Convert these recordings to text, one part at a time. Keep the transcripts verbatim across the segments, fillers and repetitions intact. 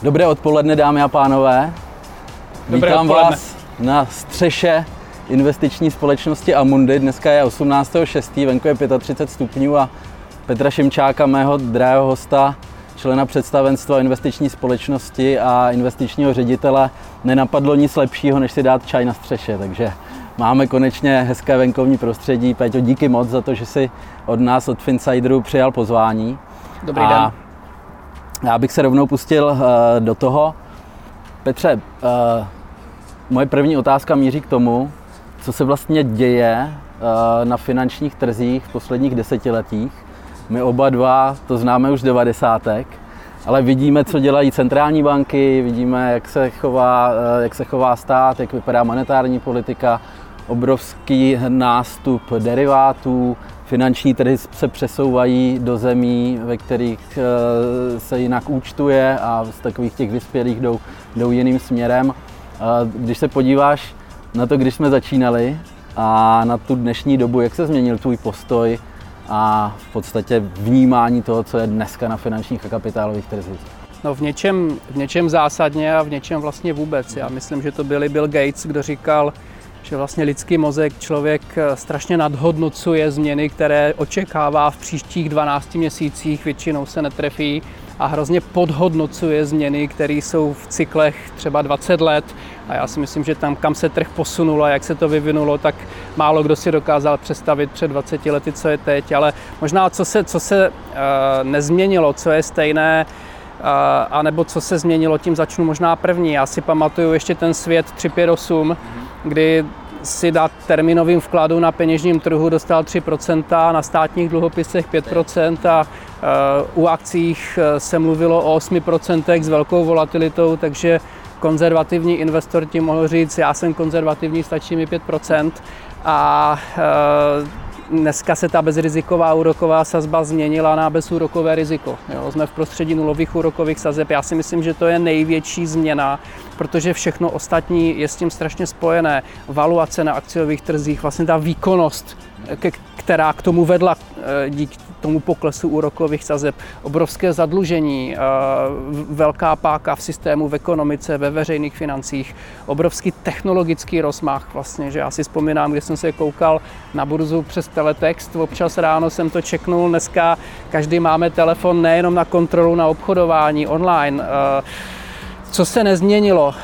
Dobré odpoledne, dámy a pánové. Dobré Vítám odpoledne. vás na střeše investiční společnosti Amundi. Dneska je osmnáctého šestého venku je třicet pět stupňů a Petra Šimčáka, mého drahého hosta, člena představenstva investiční společnosti a investičního ředitele, nenapadlo nic lepšího, než si dát čaj na střeše. Takže máme konečně hezké venkovní prostředí. Péťo, díky moc za to, že jsi od nás, od Finsideru, přijal pozvání. Dobrý a den. Já bych se rovnou pustil uh, do toho. Petře, uh, moje první otázka míří k tomu, co se vlastně děje uh, na finančních trzích v posledních desetiletích. My oba dva to známe už z devadesátek, ale vidíme, co dělají centrální banky, vidíme, jak se chová, uh, jak se chová stát, jak vypadá monetární politika, obrovský nástup derivátů, finanční trhy se přesouvají do zemí, ve kterých se jinak účtuje a z takových těch vyspělých jdou, jdou jiným směrem. Když se podíváš na to, když jsme začínali a na tu dnešní dobu, jak se změnil tvůj postoj a v podstatě vnímání toho, co je dneska na finančních a kapitálových trzích? No v něčem, v něčem zásadně a v něčem vlastně vůbec. Já myslím, že to byl Bill Gates, kdo říkal, že vlastně lidský mozek, člověk strašně nadhodnocuje změny, které očekává v příštích dvanácti měsících, většinou se netrefí a hrozně podhodnocuje změny, které jsou v cyklech třeba dvacet let. A já si myslím, že tam, kam se trh posunulo a jak se to vyvinulo, tak málo kdo si dokázal představit před dvaceti lety, co je teď. Ale možná, co se, co se uh, nezměnilo, co je stejné, uh, anebo co se změnilo, tím začnu možná první. Já si pamatuju ještě ten svět tři pět osm, kdy si dát termínovým vkladu na peněžním trhu dostal tři procenta, na státních dluhopisech pět procent a uh, u akcích se mluvilo o osm procent s velkou volatilitou, takže konzervativní investor ti mohl říct, já jsem konzervativní, stačí mi pět procent a uh, dneska se ta bezriziková úroková sazba změnila na bezúrokové riziko. Jo, jsme v prostředí nulových úrokových sazeb. Já si myslím, že to je největší změna, protože všechno ostatní je s tím strašně spojené. Valuace na akciových trzích, vlastně ta výkonnost, která k tomu vedla díky tomu poklesu úrokových sazeb, obrovské zadlužení, velká páka v systému, v ekonomice, ve veřejných financích, obrovský technologický rozmach vlastně, že já si vzpomínám, když jsem se koukal na burzu přes teletext, občas ráno jsem to čeknul, dneska každý máme telefon nejenom na kontrolu, na obchodování online. Co se nezměnilo?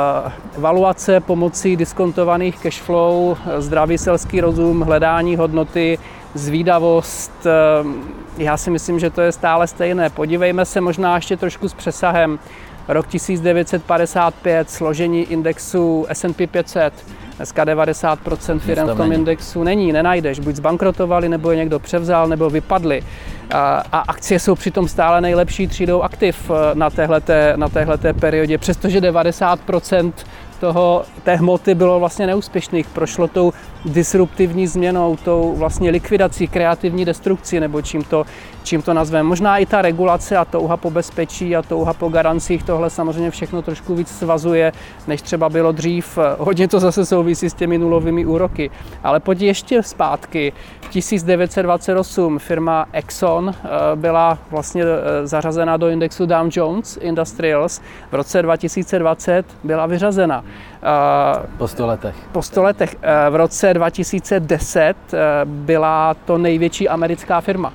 Valuace pomocí diskontovaných cashflow, zdravý selský rozum, hledání hodnoty, zvídavost. Já si myslím, že to je stále stejné. Podívejme se možná ještě trošku s přesahem. Rok tisíc devět set padesát pět, složení indexu S and P pět set. Dneska devadesát procent firem v tom indexu není, nenajdeš. Buď zbankrotovali, nebo je někdo převzal, nebo vypadli. A akcie jsou přitom stále nejlepší třídou aktiv na téhleté, na téhleté periodě, přestože devadesát procent toho, té hmoty bylo vlastně neúspěšných. Prošlo tou disruptivní změnou, tou vlastně likvidací, kreativní destrukcí, nebo čím to, čím to nazveme. Možná i ta regulace a touha po bezpečí a touha po garancích, tohle samozřejmě všechno trošku víc svazuje, než třeba bylo dřív. Hodně to zase souvisí s těmi nulovými úroky. Ale pojď ještě zpátky. V tisíc devět set dvacet osm firma Exxon byla vlastně zařazena do indexu Dow Jones Industrials. V roce dva tisíce dvacet byla vyřazena. Po sto letech. Po sto letech. V roce dva tisíce deset byla to největší americká firma.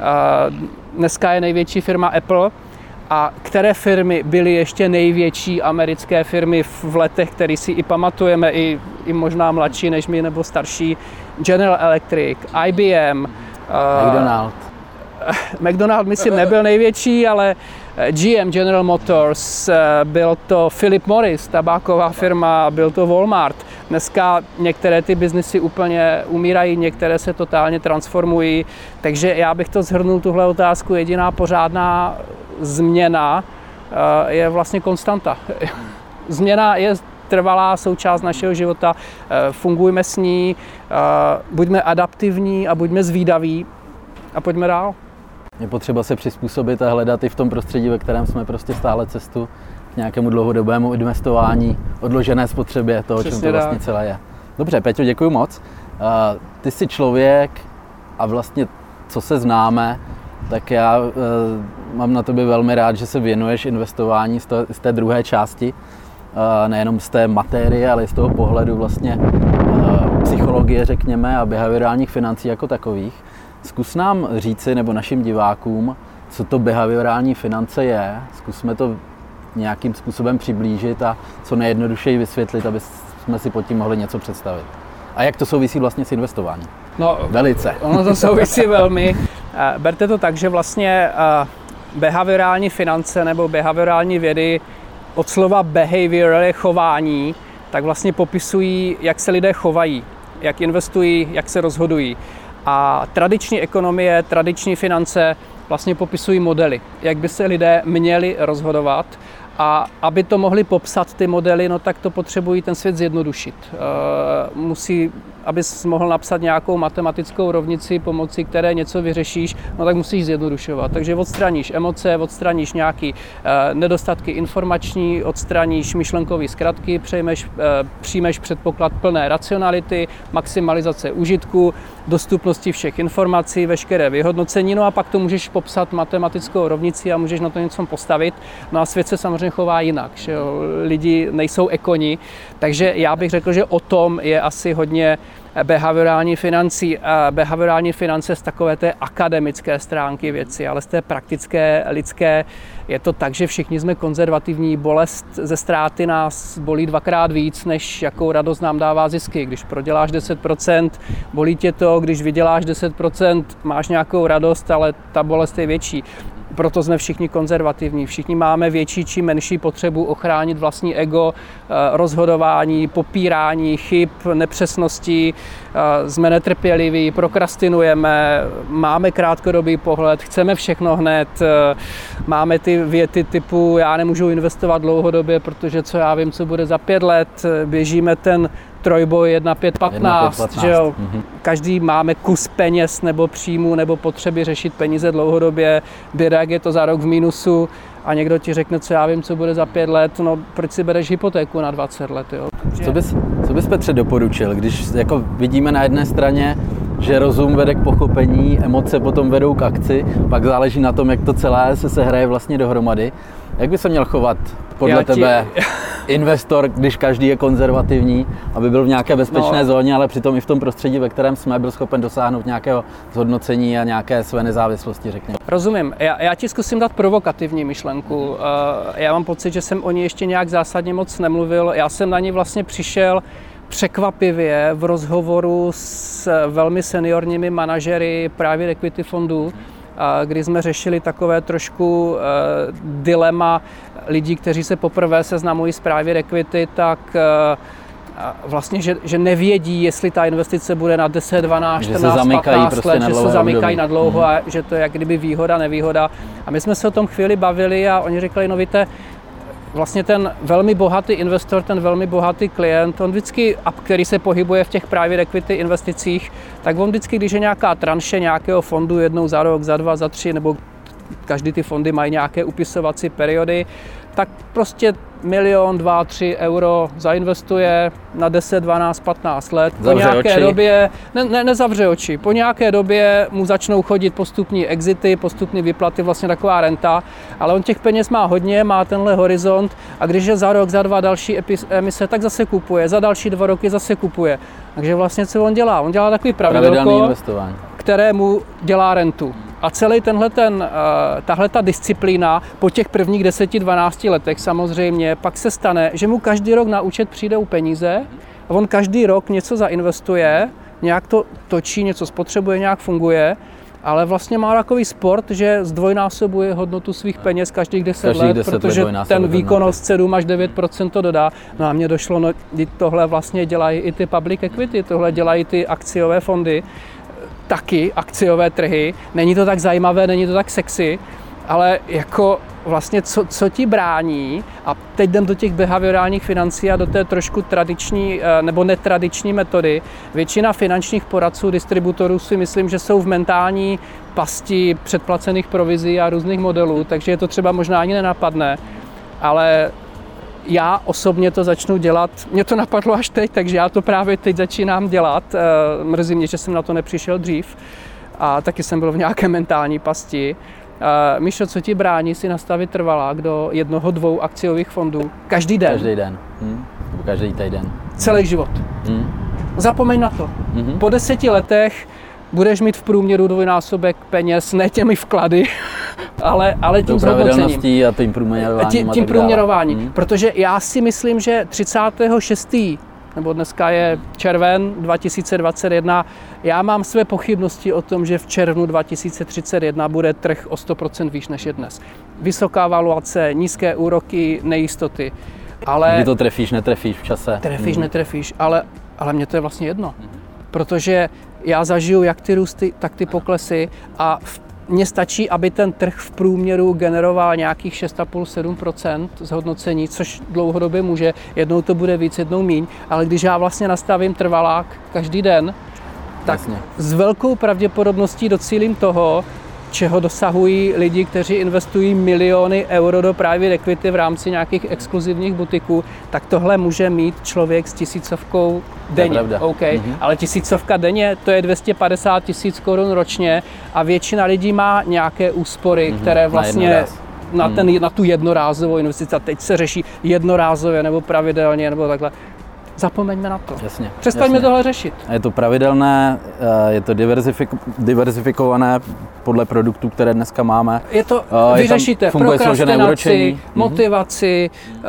Dneska je největší firma Apple. A které firmy byly ještě největší americké firmy v letech, které si i pamatujeme, i, i možná mladší než my nebo starší? General Electric, I B M, McDonald. Uh, McDonald myslím nebyl největší, ale G M, General Motors, byl to Philip Morris, tabáková firma, byl to Walmart. Dneska některé ty biznesy úplně umírají, některé se totálně transformují, takže já bych to shrnul tuhle otázku. Jediná pořádná změna je vlastně konstanta. Změna je trvalá součást našeho života, fungujme s ní, buďme adaptivní a buďme zvídaví a pojďme dál. Je potřeba se přizpůsobit a hledat i v tom prostředí, ve kterém jsme prostě stále cestu k nějakému dlouhodobému investování, odložené spotřebě toho, o čem to vlastně celé je. Dobře, Peťo, děkuji moc. Ty jsi člověk a vlastně, co se známe, Tak já e, mám na tobě velmi rád, že se věnuješ investování z, to, z té druhé části, e, nejenom z té materie, ale i z toho pohledu vlastně e, psychologie, řekněme, a behaviorálních financí jako takových. Zkus nám říci, nebo našim divákům, co to behaviorální finance je. Zkusme to nějakým způsobem přiblížit a co nejjednodušeji vysvětlit, aby jsme si pod tím mohli něco představit. A jak to souvisí vlastně s investováním? No, velice. Ono to souvisí velmi. Berte to tak, že vlastně behaviorální finance nebo behaviorální vědy od slova behavior je chování, tak vlastně popisují, jak se lidé chovají, jak investují, jak se rozhodují. A tradiční ekonomie, tradiční finance vlastně popisují modely, jak by se lidé měli rozhodovat. A aby to mohli popsat ty modely, no tak to potřebují ten svět zjednodušit. E, musí, abys mohl napsat nějakou matematickou rovnici, pomocí které něco vyřešíš, no tak musíš zjednodušovat. Takže odstraníš emoce, odstraníš nějaké e, nedostatky informační, odstraníš myšlenkové zkratky, přejmeš, e, přijmeš předpoklad plné racionality, maximalizace užitku, dostupnosti všech informací, veškeré vyhodnocení, no a pak to můžeš popsat matematickou rovnici a můžeš na to něco postavit. No a svět se samozřejmě chová jinak, že jo? Lidi nejsou ekoni, takže já bych řekl, že o tom je asi hodně behaviorální financí, behaviorální finance z takové té akademické stránky věci, ale z té praktické, lidské je to tak, že všichni jsme konzervativní, bolest ze ztráty nás bolí dvakrát víc, než jakou radost nám dává zisky. Když proděláš deset procent, bolí tě to, když vyděláš deset procent, máš nějakou radost, ale ta bolest je větší. Proto jsme všichni konzervativní. Všichni máme větší či menší potřebu ochránit vlastní ego, rozhodování, popírání chyb, nepřesností. Jsme netrpěliví, prokrastinujeme, máme krátkodobý pohled, chceme všechno hned. Máme ty věty typu já nemůžu investovat dlouhodobě, protože co já vím, co bude za pět let. Běžíme ten trojboj jedna pět patnáct, že jo. Mm-hmm. Každý máme kus peněz nebo příjmu nebo potřeby řešit peníze dlouhodobě. Běda, jak je to za rok v mínusu a někdo ti řekne, co já vím, co bude za pět let, no proč si bereš hypotéku na dvacet let, jo. Co bys, co bys Petře doporučil, když jako vidíme na jedné straně, že rozum vede k pochopení, emoce potom vedou k akci, pak záleží na tom, jak to celé se sehraje vlastně dohromady. Jak by se měl chovat podle ti... tebe investor, když každý je konzervativní, aby byl v nějaké bezpečné no. zóně, ale přitom i v tom prostředí, ve kterém jsme, byl schopen dosáhnout nějakého zhodnocení a nějaké své nezávislosti, řekněme. Rozumím. Já, já ti zkusím dát provokativní myšlenku. Já mám pocit, že jsem o ní ještě nějak zásadně moc nemluvil. Já jsem na ní vlastně přišel překvapivě v rozhovoru s velmi seniorními manažery právě equity fondů, kdy jsme řešili takové trošku uh, dilema lidí, kteří se poprvé seznamují s právě equity, tak uh, vlastně, že, že nevědí, jestli ta investice bude na deset, dvanáct, čtrnáct, patnáct prostě let, že se zamykají na dlouho mm. a že to je jak kdyby výhoda, nevýhoda. A my jsme se o tom chvíli bavili a oni říkali, no víte, vlastně ten velmi bohatý investor, ten velmi bohatý klient, on vždycky, který se pohybuje v těch private equity investicích, tak on vždycky, když je nějaká tranše nějakého fondu jednou za rok, za dva, za tři, nebo každý ty fondy mají nějaké upisovací periody, tak prostě milion, dva, tři euro zainvestuje na deset, dvanáct, patnáct let. Po zavře nějaké oči. době, ne, ne, nezavře oči, po nějaké době mu začnou chodit postupní exity, postupní výplaty, vlastně taková renta, ale on těch peněz má hodně, má tenhle horizont a když je za rok, za dva další emise, tak zase kupuje, za další dva roky zase kupuje. Takže vlastně co on dělá? On dělá takový pravidelko, kterému dělá rentu. A celý tenhle ten, tahle ta disciplína po těch prvních deseti dvanácti letech samozřejmě pak se stane, že mu každý rok na účet přijdou peníze a on každý rok něco zainvestuje, nějak to točí, něco spotřebuje, nějak funguje, ale vlastně má takový sport, že zdvojnásobuje hodnotu svých peněz každých deset každých let, deset protože let ten výkonnost sedm až devět procent to dodá. No a mně došlo, no tohle vlastně dělají i ty public equity, tohle dělají ty akciové fondy, taky akciové trhy. Není to tak zajímavé, není to tak sexy, ale jako vlastně co, co ti brání, a teď jdem do těch behaviorálních financí a do té trošku tradiční nebo netradiční metody. Většina finančních poradců, distributorů si myslím, že jsou v mentální pasti předplacených provizí a různých modelů, takže je to třeba možná ani nenapadne, ale já osobně to začnu dělat, mě to napadlo až teď, takže já to právě teď začínám dělat. Mrzí mě, že jsem na to nepřišel dřív. a taky jsem byl v nějaké mentální pasti. Uh, Míšo, co ti brání si nastavit trvalák do jednoho, dvou akciových fondů každý den? Každý den. Hm? Nebo každý týden. Celý život. Hm? Zapomeň na to. Mm-hmm. Po deseti letech budeš mít v průměru dvojnásobek peněz, ne těmi vklady, ale, ale tím zhodnocením. A tím průměrováním. Tím, tím průměrováním. Hmm. Protože já si myslím, že třicátého šestého nebo dneska je červen dva tisíce dvacet jedna, já mám své pochybnosti o tom, že v červnu dva tisíce třicet jedna bude trh o sto procent výš než je dnes. Vysoká valuace, nízké úroky, nejistoty. Ale kdy to trefíš, netrefíš v čase. Trefíš, hmm. netrefíš, ale, ale mně to je vlastně jedno. Hmm. Protože já zažiju jak ty růsty, tak ty poklesy a mně stačí, aby ten trh v průměru generoval nějakých šest celá pět až sedm procent zhodnocení, což dlouhodobě může, jednou to bude víc, jednou míň, ale když já vlastně nastavím trvalák každý den, tak Jasně. s velkou pravděpodobností docílím toho, čeho dosahují lidi, kteří investují miliony euro do private equity v rámci nějakých exkluzivních butiků, tak tohle může mít člověk s tisícovkou denně. Okay. Mm-hmm. Ale tisícovka denně, to je dvě stě padesát tisíc korun ročně a většina lidí má nějaké úspory, mm-hmm. které vlastně na, ten, mm. na tu jednorázovou investici. A teď se řeší jednorázově nebo pravidelně nebo takhle. Zapomeňme na to. Jasně, Přestaňme jasně. tohle řešit. Je to pravidelné, je to diverzifik- diverzifikované podle produktů, které dneska máme. Je to, vy řešíte prokrastinaci, motivaci, mm-hmm.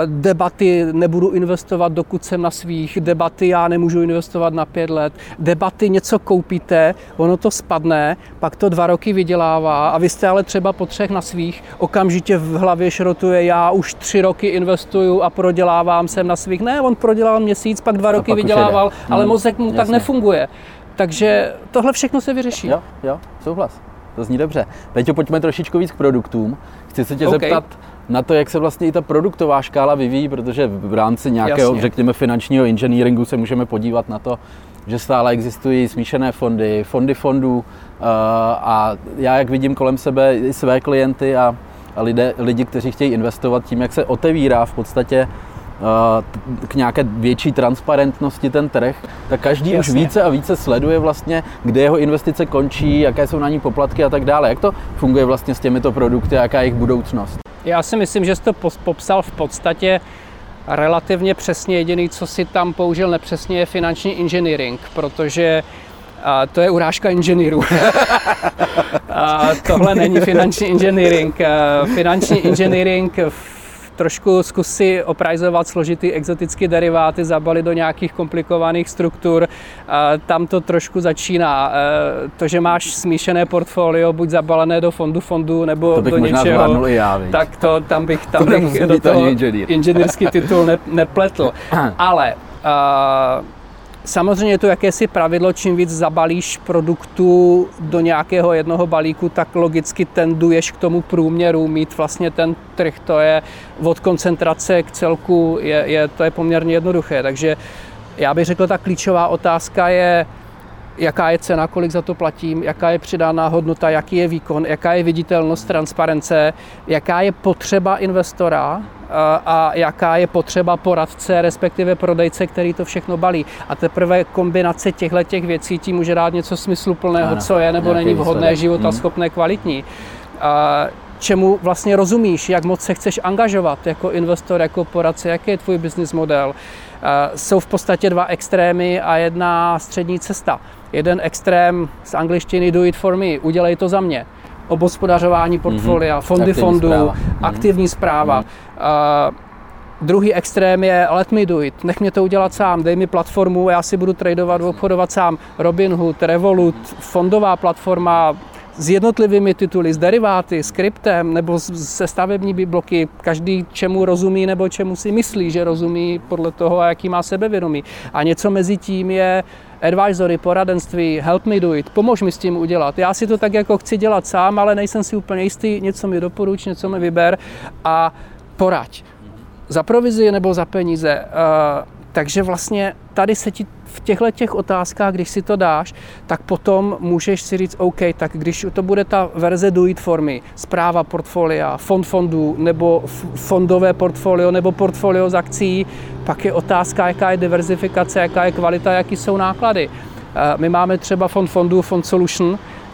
debaty nebudu investovat, dokud jsem na svých, debaty já nemůžu investovat na pět let, debaty něco koupíte, ono to spadne, pak to dva roky vydělává a vy jste ale třeba po třech na svých, okamžitě v hlavě šrotuje, já už tři roky investuju a prodělávám jsem na svých. Ne, on prodělal měsíc, pak dva roky vydělával, ale hmm, mozek mu jasně. tak nefunguje. Takže tohle všechno se vyřeší. Jo, jo, souhlas. To zní dobře. Peťo, pojďme trošičku víc k produktům. Chci se tě okay. zeptat na to, jak se vlastně i ta produktová škála vyvíjí, protože v rámci nějakého, Jasně. řekněme, finančního engineeringu se můžeme podívat na to, že stále existují smíšené fondy, fondy fondů a já, jak vidím kolem sebe i své klienty a, a lidé, lidi, kteří chtějí investovat tím, jak se otevírá v podstatě k nějaké větší transparentnosti ten trh, tak každý Jasně. už více a více sleduje vlastně, kde jeho investice končí, jaké jsou na ní poplatky a tak dále. Jak to funguje vlastně s těmito produkty a jaká je jejich budoucnost? Já si myslím, že jsi to popsal v podstatě relativně přesně. Jediný, co si tam použil nepřesně, je finanční engineering, protože a to je urážka inženýrů. A tohle není finanční engineering. Finanční engineering trošku zkus si oprajzovat složitý exotické deriváty, zabalit do nějakých komplikovaných struktur. Tam to trošku začíná. To, že máš smíšené portfolio, buď zabalené do fondu fondu nebo do něčeho, i já, tak to tam bych, tam to bych do toho inženýrský titul ne, nepletl. Ale uh, samozřejmě je to jakési pravidlo, čím víc zabalíš produktů do nějakého jednoho balíku, tak logicky tenduješ k tomu průměru, mít vlastně ten trh, to je od koncentrace k celku, je, je, to je poměrně jednoduché. Takže já bych řekl, ta klíčová otázka je, jaká je cena, kolik za to platím, jaká je přidaná hodnota, jaký je výkon, jaká je viditelnost, transparence, jaká je potřeba investora a jaká je potřeba poradce, respektive prodejce, který to všechno balí. A teprve kombinace těchto těch věcí ti může dát něco smysluplného, ano, co je nebo není vhodné, životaschopné, kvalitní. A čemu vlastně rozumíš, jak moc se chceš angažovat jako investor, jako poradce, jaký je tvůj business model. Jsou v podstatě dva extrémy a jedna střední cesta. Jeden extrém z angličtiny do it for me, udělej to za mě. Obhospodařování portfolia, mm-hmm. fondy aktivní fondů, správa. aktivní správa. Mm-hmm. Uh, druhý extrém je let me do it, nech mě to udělat sám, dej mi platformu, já si budu tradovat, obchodovat sám. Robinhood, Revolut, fondová platforma s jednotlivými tituly, s deriváty, s kryptem nebo se stavebními bloky, každý čemu rozumí nebo čemu si myslí, že rozumí podle toho, jaký má sebevědomí. A něco mezi tím je advisory, poradenství, help me do it, pomož mi s tím udělat. Já si to tak jako chci dělat sám, ale nejsem si úplně jistý, něco mi doporuč, něco mi vyber a poraď. Za provizi nebo za peníze. Uh, takže vlastně tady se ti v těchto těch otázkách, když si to dáš, tak potom můžeš si říct, OK, tak když to bude ta verze do it for me, správa portfolia, fond fondů, nebo fondové portfolio, nebo portfolio z akcí, pak je otázka, jaká je diverzifikace, jaká je kvalita, jaký jsou náklady. My máme třeba fond fondů, fond solution,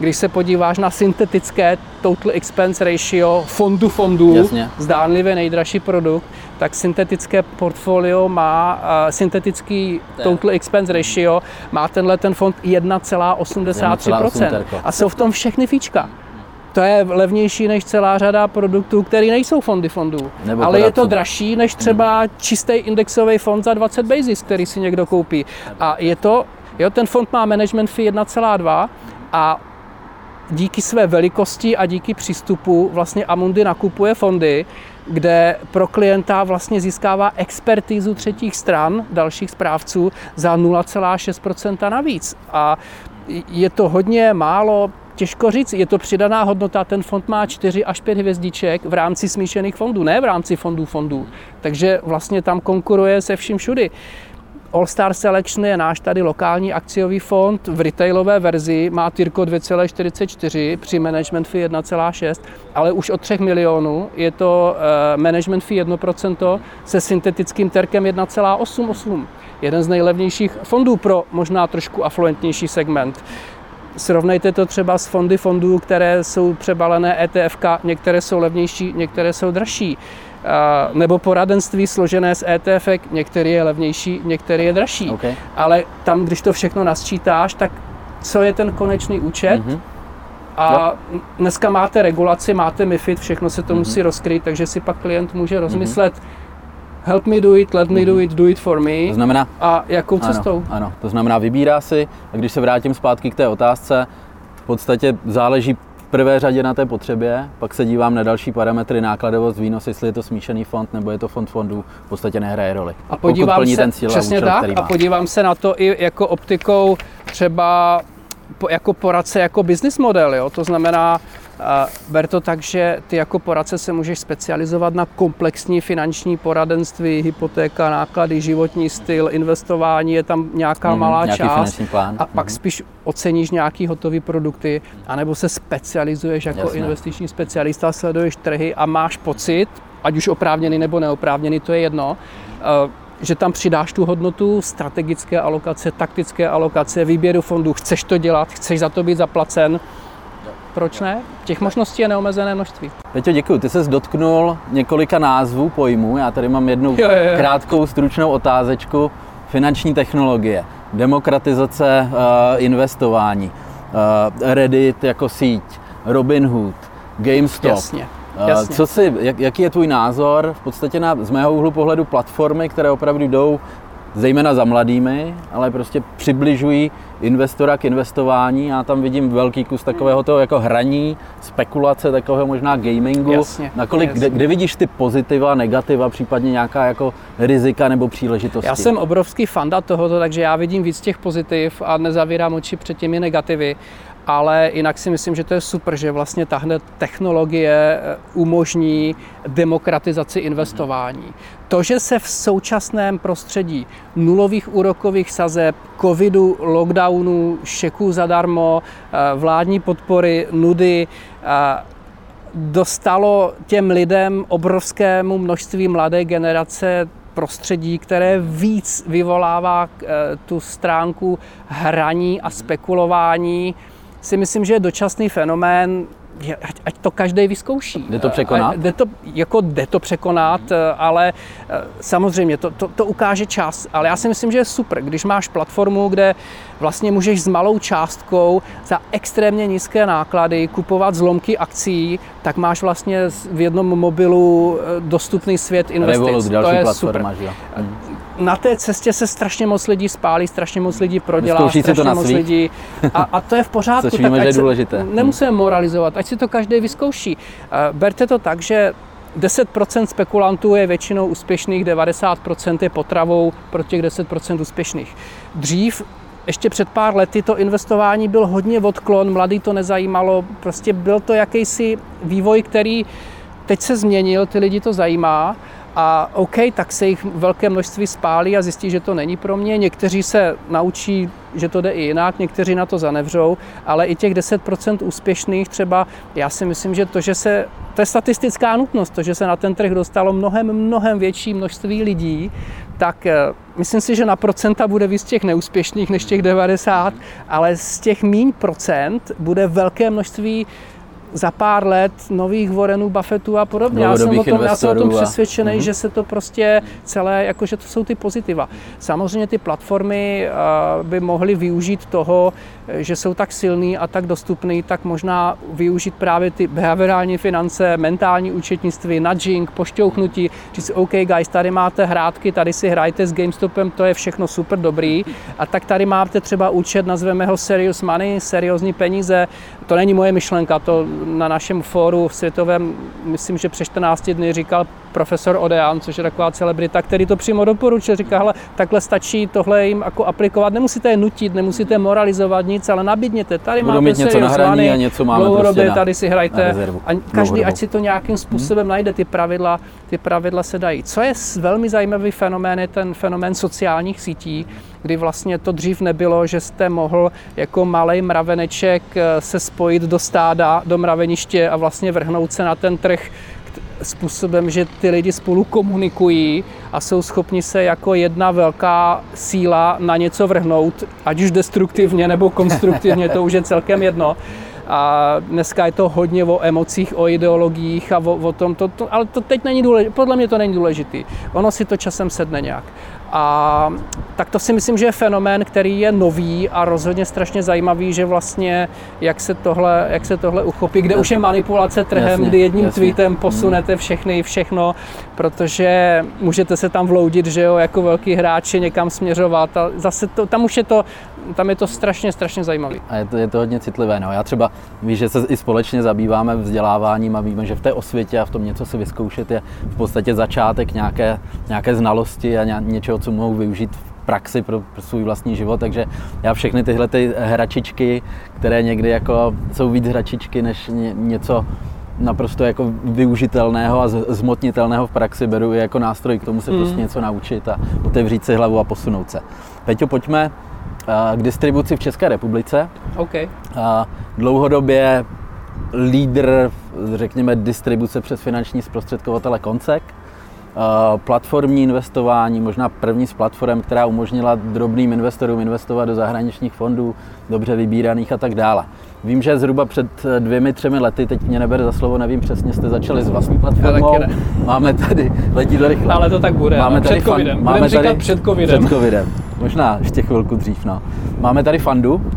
když se podíváš na syntetické total expense ratio fondu fondů, Jasně. zdánlivě nejdražší produkt, tak syntetické portfolio má, uh, syntetický total expense ratio má tenhle ten fond jedna celá osmdesát tři procent. A jsou v tom všechny fíčka. To je levnější než celá řada produktů, které nejsou fondy fondů. Nebo ale je to dražší než třeba čistý indexový fond za dvacet basis, který si někdo koupí. A je to, jo, ten fond má management fee jedna celá dva a díky své velikosti a díky přístupu vlastně Amundi nakupuje fondy, kde pro klienta vlastně získává expertízu třetích stran, dalších správců za nula celá šest procenta navíc. A je to hodně málo, těžko říct, je to přidaná hodnota, ten fond má čtyři až pět hvězdiček v rámci smíšených fondů, ne v rámci fondů fondů. Takže vlastně tam konkuruje se vším všudy. All Star Selection je náš tady lokální akciový fond v retailové verzi, má TIRCO dvě celá čtyřicet čtyři při management fee jedna celá šest, ale už od tři milionů je to uh, management fee jedno procento se syntetickým terkem jedna celá osmdesát osm. Jeden z nejlevnějších fondů pro možná trošku afluentnější segment. Srovnejte to třeba s fondy fondů, které jsou přebalené E T F ka, některé jsou levnější, některé jsou dražší. Uh, nebo poradenství složené z E T F ek, některý je levnější, některý je dražší. Okay. Ale tam, když to všechno nasčítáš, tak co je ten konečný účet? Mm-hmm. A yep. Dneska máte regulaci, máte MiFID, všechno se to mm-hmm. musí rozkrýt, takže si pak klient může rozmyslet, mm-hmm. help me do it, let me do it, do it for me. To znamená, a jakou cestou? Ano, ano, to znamená vybírá si, a když se vrátím zpátky k té otázce, v podstatě záleží v prvé řadě na té potřebě, pak se dívám na další parametry, nákladovost, výnos, jestli je to smíšený fond nebo je to fond fondů, v podstatě nehraje roli. A podívám se, ten cíl přesně a účel, tak, a podívám se na to i jako optikou třeba jako poradce, jako business model, jo? To znamená, Uh, ber to tak, že ty jako poradce se můžeš specializovat na komplexní finanční poradenství, hypotéka, náklady, životní styl, investování, je tam nějaká mm, malá část plán. A pak mm. spíš oceníš nějaký hotový produkty, anebo se specializuješ jako Jasné. investiční specialista, sleduješ trhy a máš pocit, ať už oprávněný nebo neoprávněný, to je jedno, uh, že tam přidáš tu hodnotu strategické alokace, taktické alokace, výběru fondů, chceš to dělat, chceš za to být zaplacen. Proč ne? Těch možností je neomezené množství. Peťo, děkuji. Ty ses dotknul několika názvů pojmů. Já tady mám jednu jo, jo, jo. krátkou, stručnou otázečku. Finanční technologie, demokratizace uh, investování, uh, Reddit jako síť, Robinhood, GameStop. Jasně. Jasně. Uh, co si, jak, jaký je tvůj názor v podstatě na, z mého úhlu pohledu platformy, které opravdu jdou zejména za mladými, ale prostě přibližují investora k investování. Já tam vidím velký kus takového toho jako hraní, spekulace, takového možná gamingu. Jasně, Nakolik, jasně. Kde, kde vidíš ty pozitiva, negativa, případně nějaká jako rizika nebo příležitosti? Já jsem obrovský fanda tohoto, takže já vidím víc těch pozitiv a nezavírám oči před těmi negativy. Ale jinak si myslím, že to je super, že vlastně tahle technologie umožní demokratizaci investování. To, že se v současném prostředí nulových úrokových sazeb, covidu, lockdownu, šeků zadarmo, vládní podpory, nudy, dostalo těm lidem, obrovskému množství mladé generace, prostředí, které víc vyvolává tu stránku hraní a spekulování, si myslím, že je dočasný fenomén, ať, ať to každý vyzkouší. Jde to překonat? Jde to, jako jde to překonat, ale samozřejmě to, to, to ukáže čas. Ale já si myslím, že je super, když máš platformu, kde vlastně můžeš s malou částkou za extrémně nízké náklady kupovat zlomky akcií, tak máš vlastně v jednom mobilu dostupný svět investic. Revolut, další to je platforma, super. Že? Na té cestě se strašně moc lidí spálí, strašně moc lidí prodělá, Vyzkouší strašně to na moc svých. lidí. A, a to je v pořádku. Což víme, že je důležité. Nemusíme moralizovat, ať si to každý vyzkouší. Berte to tak, že deset procent spekulantů je většinou úspěšných, devadesát procent je potravou pro těch deset procent úspěšných. Dřív, ještě před pár lety, to investování byl hodně odklon, mladý to nezajímalo, prostě byl to jakýsi vývoj, který teď se změnil, ty lidi to zajímá A OK, tak se jich velké množství spálí a zjistí, že to není pro mě. Někteří se naučí, že to jde i jinak, někteří na to zanevřou, ale i těch deset procent úspěšných třeba, já si myslím, že to, že se, to je statistická nutnost, to, že se na ten trh dostalo mnohem, mnohem větší množství lidí, tak myslím si, že na procenta bude víc těch neúspěšných než těch devadesát, ale z těch míň procent bude velké množství za pár let nových Warrenů, Buffettů a podobně. Já jsem o tom, já jsem o tom přesvědčený, a... že se to prostě celé, jakože to jsou ty pozitiva. Samozřejmě ty platformy uh, by mohly využít toho, že jsou tak silný a tak dostupný, tak možná využít právě ty behaviorální finance, mentální účetnictví, nudging, pošťouchnutí, říct si, OK guys, tady máte hrátky, tady si hrajte s GameStopem, to je všechno super dobrý, a tak tady máte třeba účet, nazveme ho serious money, seriózní peníze, to není moje myšlenka, to na našem fóru světovém, myslím, že před čtrnácti dny říkal profesor Odean, což je taková celebrita, který to přímo doporučil. Říká, hele, takhle stačí tohle jim jako aplikovat, nemusíte je nutit, nemusíte moralizovat nic, ale nabídněte, tady budu máte něco na hraní a něco máme dlouhodobě, prostě tady si hrajte a každý, ať si to nějakým způsobem hmm. najde, ty pravidla, ty pravidla se dají. Co je velmi zajímavý fenomén, je ten fenomén sociálních sítí, kdy vlastně to dřív nebylo, že jste mohl jako malej mraveneček se spojit do stáda, do mraveniště a vlastně vrhnout se na ten trh způsobem, že ty lidi spolu komunikují a jsou schopni se jako jedna velká síla na něco vrhnout, ať už destruktivně nebo konstruktivně, to už je celkem jedno. A dneska je to hodně o emocích, o ideologiích a o, o tom, to, to, ale to teď není důležité, podle mě to není důležitý. Ono si to časem sedne nějak. A tak to si myslím, že je fenomén, který je nový a rozhodně strašně zajímavý, že vlastně jak se tohle, jak se tohle uchopí, kde už je manipulace trhem, jasně, kdy jedním jasně. tweetem posunete všechny, všechno, protože můžete se tam vloudit, že jo, jako velký hráči někam směřovat a zase to, tam už je to, tam je to strašně, strašně zajímavý. A je to, je to hodně citlivé, no. Já třeba víš, že se i společně zabýváme vzděláváním a víme, že v té osvětě a v tom něco si vyzkoušet je v podstatě začátek nějaké, nějaké znalosti a něčeho, co mohou využít v praxi pro, pro svůj vlastní život, takže já všechny tyhle ty hračičky, které někdy jako jsou víc hračičky než ně, něco naprosto jako využitelného a zhmotnitelného v praxi, beru i jako nástroj k tomu se mm. prostě něco naučit a otevřít si hlavu a posunout se. Peťo, pojďme k distribuci v České republice. Okay. Dlouhodobě lídr, řekněme, distribuce přes finanční zprostředkovatele Koncek. Platformní investování, možná první z platform, která umožnila drobným investorům investovat do zahraničních fondů, dobře vybíraných a tak dále. Vím, že zhruba před dvěmi, třemi lety, teď mě neber za slovo, nevím přesně, jste začali s vlastní platformou. Máme tady, letí to rychle. Ale to tak bude, máme tady před covidem. Budeme říkat tady, před covidem. Před covidem, možná ještě chvilku dřív. No. Máme tady Fandu. Uh,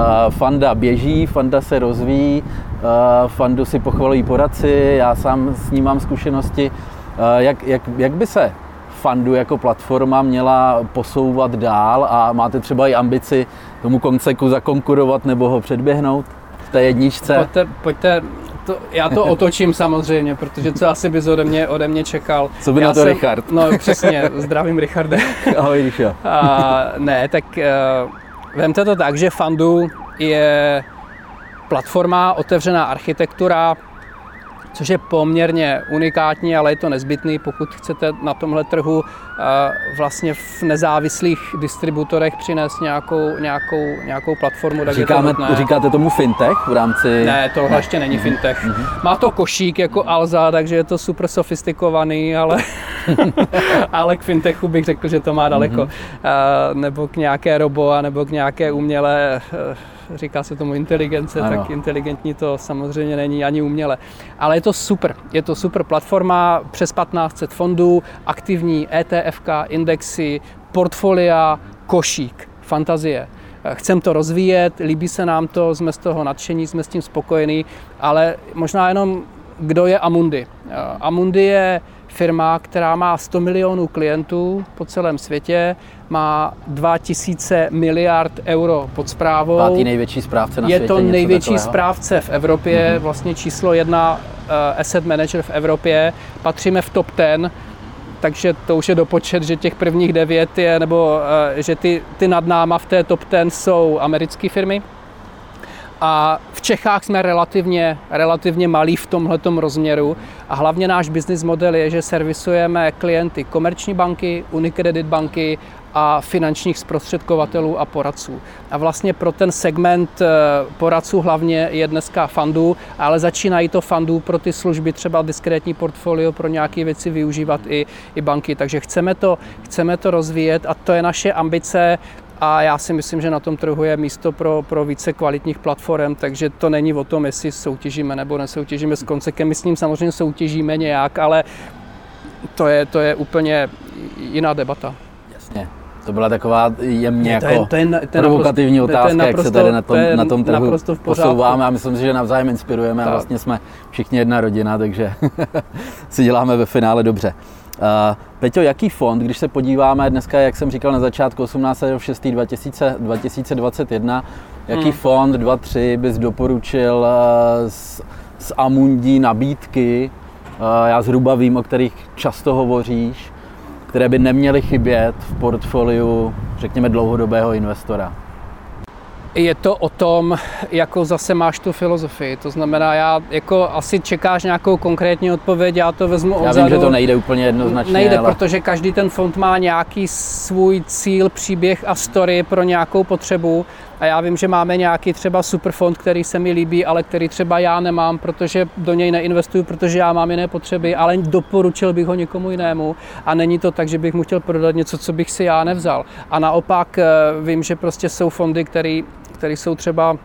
Fanda běží, Fanda se rozvíjí, uh, Fandu si pochvalují poradci, já sám s ním mám zkušenosti. Jak, jak, jak by se Fandu jako platforma měla posouvat dál a máte třeba i ambici tomu Konceku zakonkurovat nebo ho předběhnout v té jedničce? Pojďte, pojďte to, já to otočím samozřejmě, protože co asi bys ode mě, ode mě čekal. Co by já na to jsem, Richard? No přesně, zdravím Richarde. Ahoj Ríšo. Ne, tak uh, vemte to tak, že Fandu je platforma, otevřená architektura, což je poměrně unikátní, ale je to nezbytný, pokud chcete na tomhle trhu vlastně v nezávislých distributorech přinést nějakou, nějakou, nějakou platformu. Tak Říkáme, je to říkáte tomu fintech v rámci... Ne, tohle ne. ještě není fintech. Mm-hmm. Má to košík jako Alza, takže je to super sofistikovaný, ale, ale k fintechu bych řekl, že to má daleko. Mm-hmm. Nebo k nějaké robo, nebo k nějaké umělé... Říká se tomu inteligence, ano. Tak inteligentní to samozřejmě není ani uměle. Ale je to super. Je to super platforma, přes patnáct set fondů, aktivní E T F ka, indexy, portfolia, košík, fantazie. Chcem to rozvíjet, líbí se nám to, jsme z toho nadšení, jsme s tím spokojení, ale možná jenom, kdo je Amundi. Amundi je firma, která má sto milionů klientů po celém světě, má dva tisíce miliard euro pod správou. Pátý největší správce na je světě. Je to největší takového? správce v Evropě, mm-hmm. vlastně číslo jedna uh, asset manager v Evropě. Patříme v top deset, takže to už je dopočet, že těch prvních devět je, nebo uh, že ty, ty nad náma v té top deset jsou americké firmy. A v Čechách jsme relativně, relativně malí v tomhletom rozměru a hlavně náš business model je, že servisujeme klienty komerční banky, Unicredit banky a finančních zprostředkovatelů a poradců. A vlastně pro ten segment poradců hlavně je dneska fundů, ale začínají to fundů pro ty služby, třeba diskrétní portfolio, pro nějaké věci využívat i, i banky. Takže chceme to, chceme to rozvíjet a to je naše ambice. A já si myslím, že na tom trhu je místo pro, pro více kvalitních platform, takže to není o tom, jestli soutěžíme nebo nesoutěžíme s Koncekem. My s ním samozřejmě soutěžíme nějak, ale to je, to je úplně jiná debata. Jasně. To byla taková jemně to je, jako to je, to je provokativní naprosto, otázka, naprosto, jak se tady na tom, na tom trhu posouváme a myslím si, že navzájem inspirujeme tak. A vlastně jsme všichni jedna rodina, takže si děláme ve finále dobře. Uh, Peťo, jaký fond, když se podíváme dneska, jak jsem říkal na začátku, osmnáctého šestého dva tisíce dvacet jedna, jaký hmm. fond dva tři bys doporučil uh, z, z Amundi nabídky, uh, já zhruba vím, o kterých často hovoříš, které by neměly chybět v portfoliu, řekněme, dlouhodobého investora? Je to o tom, jako zase máš tu filozofii, to znamená, já jako asi čekáš nějakou konkrétní odpověď, já to vezmu odzadu. Já vím, že to nejde úplně jednoznačně. Nejde, ale... protože každý ten fond má nějaký svůj cíl, příběh a story pro nějakou potřebu a já vím, že máme nějaký třeba superfond, který se mi líbí, ale který třeba já nemám, protože do něj neinvestuju, protože já mám jiné potřeby, ale doporučil bych ho někomu jinému a není to tak, že bych mu chtěl prodat něco, co bych si já nevzal. A naopak vím, že prostě jsou fondy, které který jsou třeba,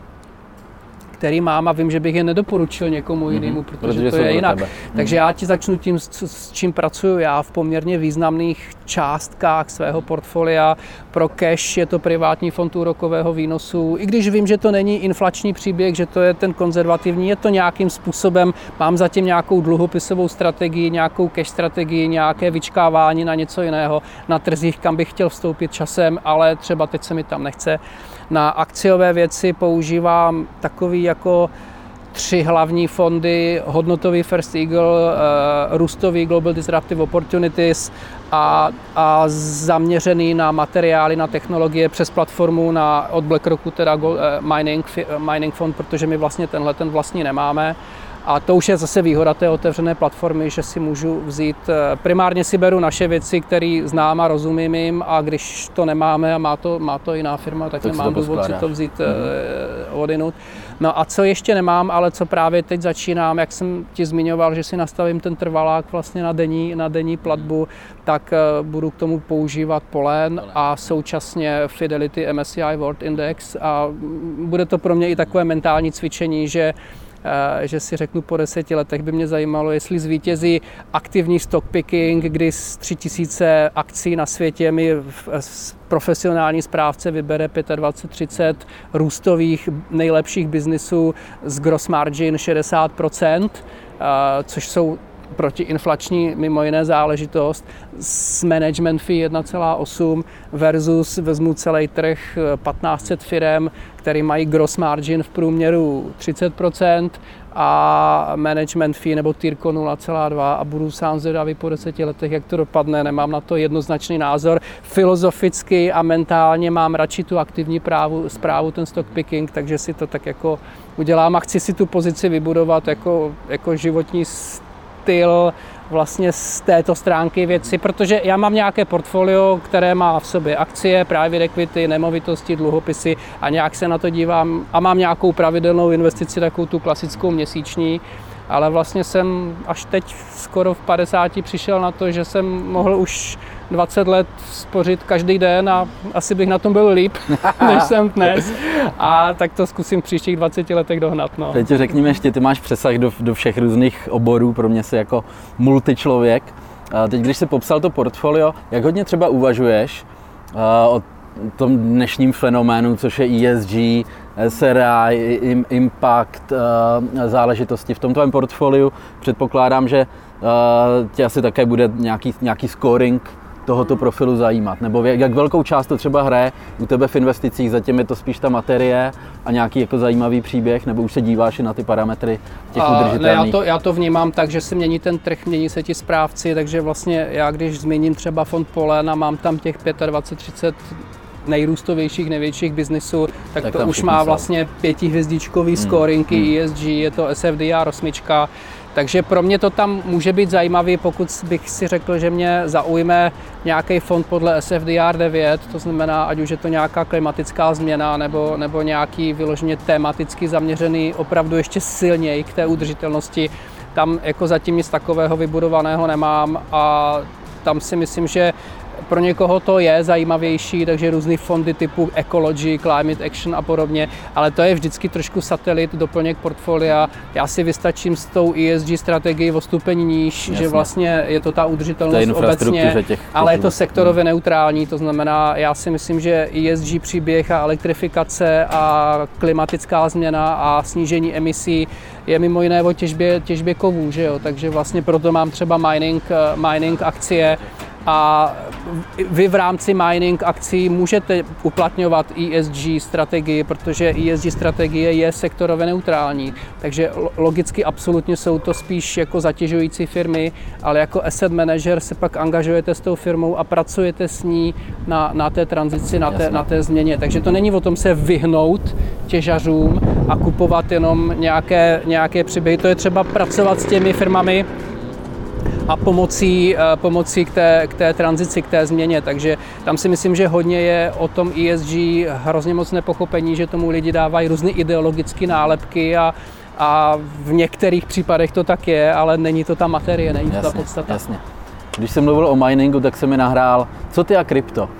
který mám a vím, že bych je nedoporučil někomu jinému, protože, protože to je jinak. Tebe. Takže já ti začnu tím, s, s čím pracuju já v poměrně významných částkách svého portfolia. Pro cash je to privátní fond úrokového výnosu. I když vím, že to není inflační příběh, že to je ten konzervativní, je to nějakým způsobem, mám zatím nějakou dluhopisovou strategii, nějakou cash strategii, nějaké vyčkávání na něco jiného na trzích, kam bych chtěl vstoupit časem, ale třeba teď se mi tam nechce. Na akciové věci používám takový jako tři hlavní fondy, hodnotový First Eagle, uh, růstový Global Disruptive Opportunities a, a zaměřený na materiály, na technologie přes platformu na, od BlackRocku, teda uh, mining, mining fond, protože my vlastně tenhle ten vlastní nemáme. A to už je zase výhoda té otevřené platformy, že si můžu vzít, primárně si beru naše věci, které znám a rozumím jim a když to nemáme a má to, má to jiná firma, tak, tak nemám důvod si to vzít mm-hmm. odinut. No a co ještě nemám, ale co právě teď začínám, jak jsem ti zmiňoval, že si nastavím ten trvalák vlastně na denní, na denní platbu, tak budu k tomu používat Polen a současně Fidelity M S C I World Index a bude to pro mě i takové mentální cvičení, že že si řeknu po deseti letech by mě zajímalo, jestli zvítězí aktivní stock picking, kdy z tři tisíce akcí na světě mi profesionální správce vybere dvacet pět třicet růstových nejlepších biznisů s gross margin šedesát procent, což jsou protiinflační mimo jiné záležitost s management fee jedna celá osm versus vezmu celý trh patnáct set firem, který mají gross margin v průměru třicet procent a management fee nebo Tyrko nula celá dva a budu sám zvědavý po deseti letech, jak to dopadne. Nemám na to jednoznačný názor. Filozoficky a mentálně mám radši tu aktivní právu, správu, ten stock picking, takže si to tak jako udělám a chci si tu pozici vybudovat jako, jako životní styl vlastně z této stránky věci, protože já mám nějaké portfolio, které má v sobě akcie, private equity, nemovitosti, dluhopisy a nějak se na to dívám a mám nějakou pravidelnou investici, takovou tu klasickou měsíční, ale vlastně jsem až teď skoro v padesáti přišel na to, že jsem mohl už dvacet let spořit každý den a asi bych na tom byl líp, než jsem dnes. A tak to zkusím v příštích dvaceti letech dohnat. No. Teď řekněme ještě, ty máš přesah do, do všech různých oborů, pro mě jsi jako multičlověk. Teď, když jsi popsal to portfolio, jak hodně třeba uvažuješ o tom dnešním fenoménu, což je E S G, S R I, impact, záležitosti v tom tvém portfoliu. Předpokládám, že tě asi také bude nějaký, nějaký scoring tohoto profilu zajímat, nebo jak velkou část to třeba hraje u tebe v investicích, zatím je to spíš ta materie a nějaký jako zajímavý příběh, nebo už se díváš i na ty parametry těch uh, udržitelných? Ne, já, to, já to vnímám tak, že se mění ten trh, mění se ti správci, takže vlastně já když zmíním třeba fond Polen a mám tam těch dvacet pět třicet nejrůstovějších, největších biznisů, tak, tak to už má jsou. vlastně pětihvězdičkový hmm. scoringy hmm. E S G, je to S F D R osm. Takže pro mě to tam může být zajímavý, pokud bych si řekl, že mě zaujme nějaký fond podle S F D R devět, to znamená, ať už je to nějaká klimatická změna nebo, nebo nějaký vyloženě tematicky zaměřený opravdu ještě silněji k té udržitelnosti. Tam jako zatím nic takového vybudovaného nemám a tam si myslím, že pro někoho to je zajímavější, takže různý fondy typu Ecology, Climate Action a podobně, ale to je vždycky trošku satelit, doplněk portfolia. Já si vystačím s tou E S G strategií o stupeň níž, Jasně. že vlastně je to ta udržitelnost obecně, těch, ale je to sektorově neutrální, to znamená, já si myslím, že E S G příběh a elektrifikace a klimatická změna a snížení emisí je mimo jiné o těžbě, těžbě kovů, že jo? Takže vlastně proto mám třeba mining, mining akcie. A vy v rámci mining akcí můžete uplatňovat E S G strategii, protože E S G strategie je sektorově neutrální. Takže logicky absolutně jsou to spíš jako zatěžující firmy, ale jako asset manager se pak angažujete s tou firmou a pracujete s ní na, na té tranzici, na té, na té změně. Takže to není o tom se vyhnout těžařům a kupovat jenom nějaké, nějaké příběhy. To je třeba pracovat s těmi firmami a pomocí, pomocí k, té, k té tranzici, k té změně. Takže tam si myslím, že hodně je o tom E S G hrozně moc nepochopení, že tomu lidi dávají různé ideologické nálepky a, a v některých případech to tak je, ale není to ta materie, není jasně, to ta podstata. Jasně. Když jsem mluvil o miningu, tak se mi nahrál, co ty a krypto?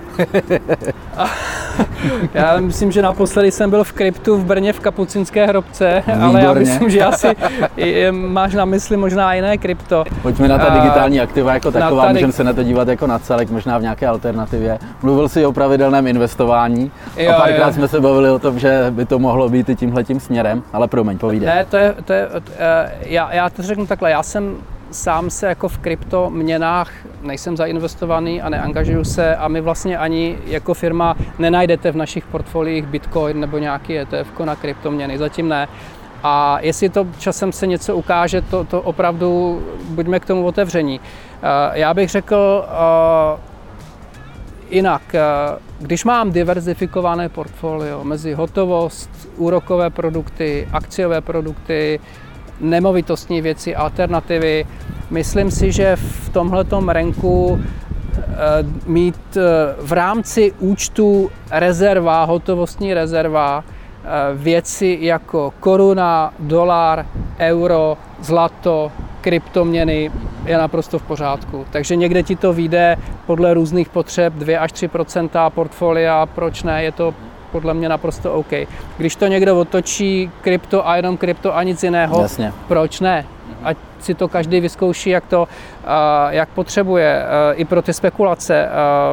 Já myslím, že naposledy jsem byl v kryptu v Brně v Kapucinské hrobce, Výborně. Ale já myslím, že asi máš na mysli možná jiné krypto. Pojďme na ta digitální aktiva jako taková, dig... můžeme se na to dívat jako na celek, možná v nějaké alternativě. Mluvil jsi o pravidelném investování jo, a párkrát jo. jsme se bavili o tom, že by to mohlo být i tímhletím směrem, ale promiň, povídej. Ne, to je, to je, já, já to řeknu takhle, já jsem sám se jako v kryptoměnách nejsem zainvestovaný a neangažuju se a my vlastně ani jako firma nenajdete v našich portfoliích Bitcoin nebo nějaký E T F na kryptoměny, zatím ne. A jestli to časem se něco ukáže, to, to opravdu buďme k tomu otevření. Já bych řekl uh, jinak, když mám diverzifikované portfolio mezi hotovost, úrokové produkty, akciové produkty, nemovitostní věci, alternativy. Myslím si, že v tomhletom ranku mít v rámci účtu rezerva, hotovostní rezerva, věci jako koruna, dolar, euro, zlato, kryptoměny je naprosto v pořádku. Takže někde ti to vyjde podle různých potřeb dva až tři procenta portfolia, proč ne, je to podle mě naprosto OK. Když to někdo otočí krypto a jenom krypto a nic jiného, Jasně. proč ne? Ať si to každý vyzkouší, jak to, jak potřebuje. I pro ty spekulace.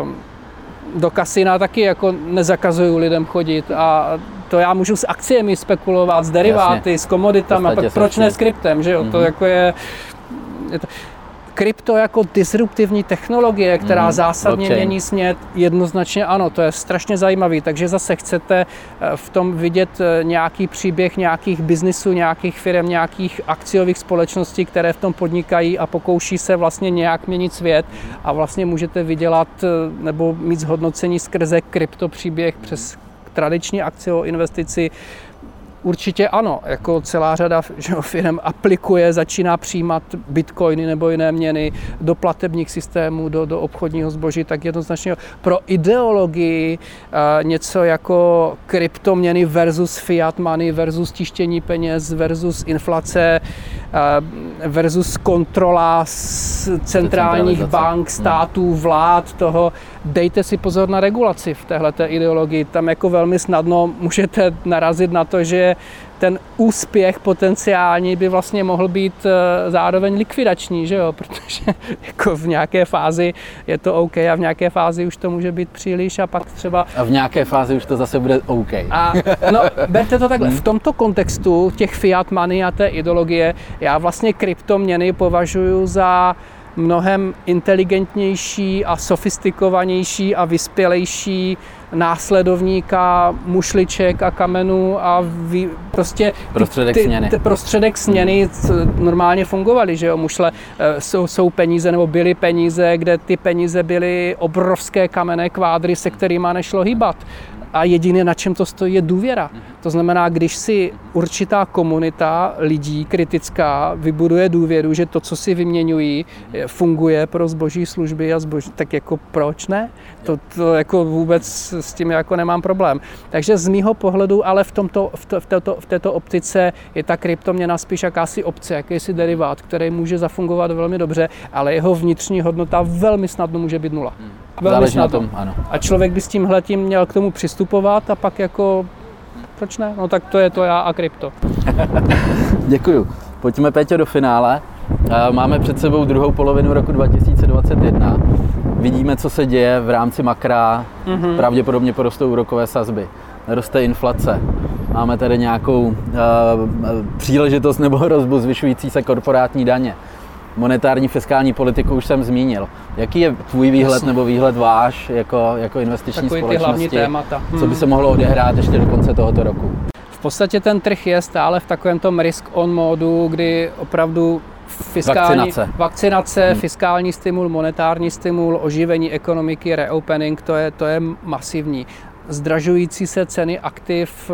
Do kasina taky jako nezakazuju lidem chodit a to já můžu s akciemi spekulovat, s deriváty, Jasně. s komoditami, pak proč ne s kryptem, že jo? Mm-hmm. To jako je... je to, krypto jako disruptivní technologie, která mm, zásadně blockchain. Mění smět, jednoznačně ano, to je strašně zajímavý, takže zase chcete v tom vidět nějaký příběh nějakých biznisů, nějakých firm, nějakých akciových společností, které v tom podnikají a pokouší se vlastně nějak měnit svět a vlastně můžete vydělat nebo mít zhodnocení skrze krypto příběh přes tradiční akciovou investici. Určitě ano, jako celá řada firm aplikuje, začíná přijímat bitcoiny nebo jiné měny do platebních systémů, do, do obchodního zboží, tak jednoznačně pro ideologii e, něco jako kryptoměny versus fiat money, versus tištění peněz, versus inflace, e, versus kontrola centrálních bank, států, vlád, toho. Dejte si pozor na regulaci v téhleté ideologii. Tam jako velmi snadno můžete narazit na to, že ten úspěch potenciální by vlastně mohl být zároveň likvidační, že jo? Protože jako v nějaké fázi je to OK a v nějaké fázi už to může být příliš a pak třeba... A v nějaké fázi už to zase bude OK. A no, berte to takhle. V tomto kontextu těch fiat money a té ideologie já vlastně kryptoměny považuji za mnohem inteligentnější a sofistikovanější a vyspělejší následovníka mušliček a kamenů a vy, prostě prostředek ty, směny. Ty prostředek směny normálně fungovaly, že jo, mušle jsou, jsou peníze nebo byly peníze, kde ty peníze byly obrovské kamenné kvádry, se kterými nešlo hýbat. A jediné, na čem to stojí, je důvěra. To znamená, když si určitá komunita lidí kritická vybuduje důvěru, že to, co si vyměňují, funguje pro zboží služby a zboží, tak jako proč ne? To, to jako vůbec s tím jako nemám problém. Takže z mýho pohledu, ale v, tomto, v, to, v, této, v této optice je ta kryptoměna spíš jakási opce, jakýsi derivát, který může zafungovat velmi dobře, ale jeho vnitřní hodnota velmi snadno může být nula. Velmi Záleží na tom, ano. A člověk by s tímhletím měl k tomu přistupovat a pak jako, proč ne? No tak to je to já a krypto. Děkuju. Pojďme, Péťo, do finále. Máme před sebou druhou polovinu roku dva tisíce dvacet jedna. Vidíme, co se děje v rámci makra. Mm-hmm. Pravděpodobně porostou úrokové sazby. Roste inflace. Máme tady nějakou uh, příležitost nebo hrozbu zvyšující se korporátní daně. Monetární fiskální politiku už jsem zmínil. Jaký je tvůj výhled Jasně. nebo výhled váš jako, jako investiční Takový společnosti? ty hlavní témata. Co by se mohlo odehrát ještě do konce tohoto roku? V podstatě ten trh je stále v takovém tom risk-on módu, kdy opravdu fiskální vakcinace, vakcinace hmm. fiskální stimul, monetární stimul, oživení ekonomiky, reopening, to je, to je masivní. Zdražující se ceny aktiv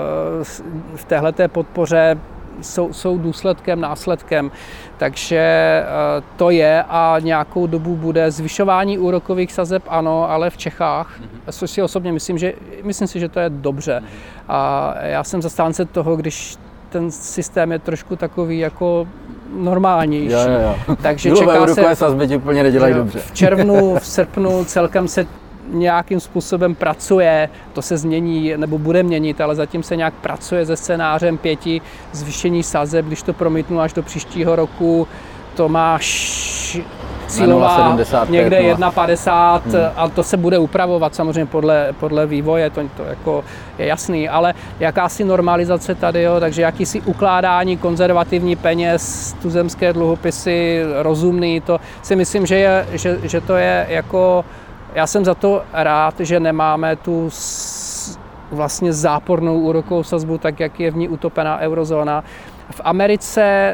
v téhleté podpoře Jsou, jsou důsledkem, následkem. Takže to je a nějakou dobu bude zvyšování úrokových sazeb, ano, ale v Čechách, což si osobně myslím, že myslím si, že to je dobře. A já jsem zastánce toho, když ten systém je trošku takový jako normálnější. Jo, jo, jo. Takže Nulové čeká úrokové se, sazby ti úplně nedělají dobře. V červnu, v srpnu celkem se nějakým způsobem pracuje, to se změní nebo bude měnit, ale zatím se nějak pracuje se scénářem pěti zvýšení sazeb, když to promítnu až do příštího roku, to máš cílová někde jedna padesát hmm. a to se bude upravovat samozřejmě podle, podle vývoje, to, to jako je jasný, ale jakási normalizace tady, jo, takže jakýsi ukládání konzervativní peněz, tuzemské dluhopisy, rozumný, to si myslím, že, je, že, že to je jako. Já jsem za to rád, že nemáme tu vlastně zápornou úrokovou sazbu, tak jak je v ní utopená eurozóna. V Americe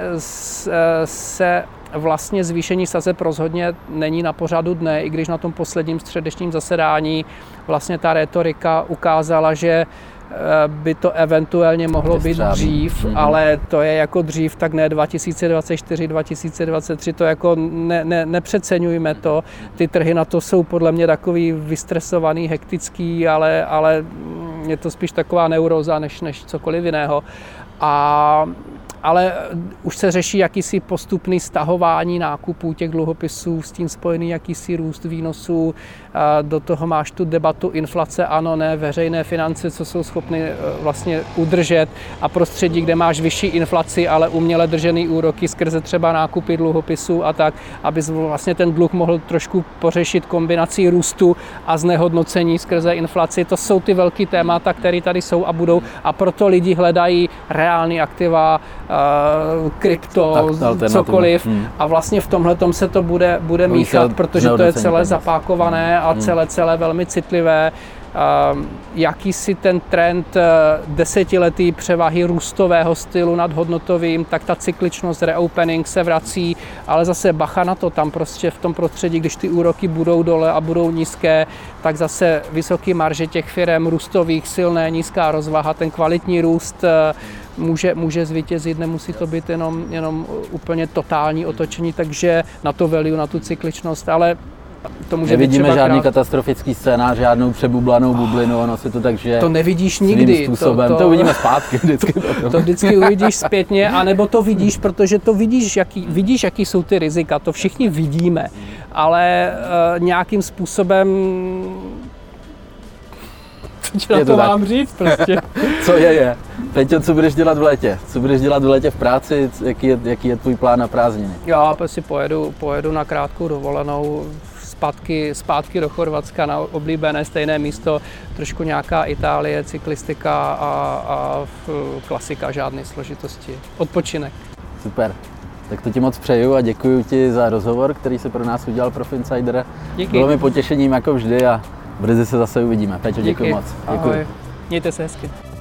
se vlastně zvýšení sazeb rozhodně není na pořadu dne, i když na tom posledním středečním zasedání vlastně ta rétorika ukázala, že by to eventuálně mohlo být dřív, mm-hmm. ale to je jako dřív, tak ne dva tisíce dvacet čtyři, dva tisíce dvacet tři, to jako ne, ne, nepřeceňujme to. Ty trhy na to jsou podle mě takový vystresovaný, hektický, ale, ale je to spíš taková neuróza než, než cokoliv jiného. A ale už se řeší jakýsi postupný stahování nákupů těch dluhopisů, s tím spojený jakýsi růst výnosů. Do toho máš tu debatu inflace, ano, ne, veřejné finance, co jsou schopny vlastně udržet a prostředí, kde máš vyšší inflaci, ale uměle držený úroky skrze třeba nákupy dluhopisů a tak, aby vlastně ten dluh mohl trošku pořešit kombinací růstu a znehodnocení skrze inflaci. To jsou ty velké témata, které tady jsou a budou a proto lidi hledají reální aktiva, krypto, cokoliv hmm. a vlastně v tomhletom se to bude, bude míchat, protože to je celé zapákované a celé, celé velmi citlivé. Jakýsi ten trend desetiletý převahy růstového stylu nad hodnotovým, tak ta cykličnost reopening se vrací, ale zase bacha na to, tam prostě v tom prostředí, když ty úroky budou dole a budou nízké, tak zase vysoký marže těch firem růstových, silné, nízká rozvaha, ten kvalitní růst může, může zvítězit, nemusí to být jenom, jenom úplně totální otočení, takže na to value, na tu cykličnost, ale to může nevidíme být žádný krát... katastrofický scénář, žádnou přebublanou bublinu, ono se to tak, že to nevidíš nikdy. Způsobem. To, to... to uvidíme zpátky vždycky. To vždycky uvidíš zpětně, anebo to vidíš, protože to vidíš, jaký, vidíš, jaký jsou ty rizika, to všichni vidíme, ale uh, nějakým způsobem co na to, to mám říct prostě. Co je je? Peťo, co budeš dělat v létě? Co budeš dělat v létě v práci? Jaký je, jaký je tvůj plán na prázdniny? Já prostě pojedu, pojedu na krátkou dovolenou zpátky, zpátky do Chorvatska na oblíbené stejné místo, trošku nějaká Itálie, cyklistika a, a klasika, žádné složitosti. Odpočinek. Super. Tak to ti moc přeju a děkuji ti za rozhovor, který se pro nás udělal Prof Insider. Díky. Bylo mi potěšením jako vždy a brzy se zase uvidíme. Peťo, děkuji moc. Ahoj. Děkuji. Mějte se hezky.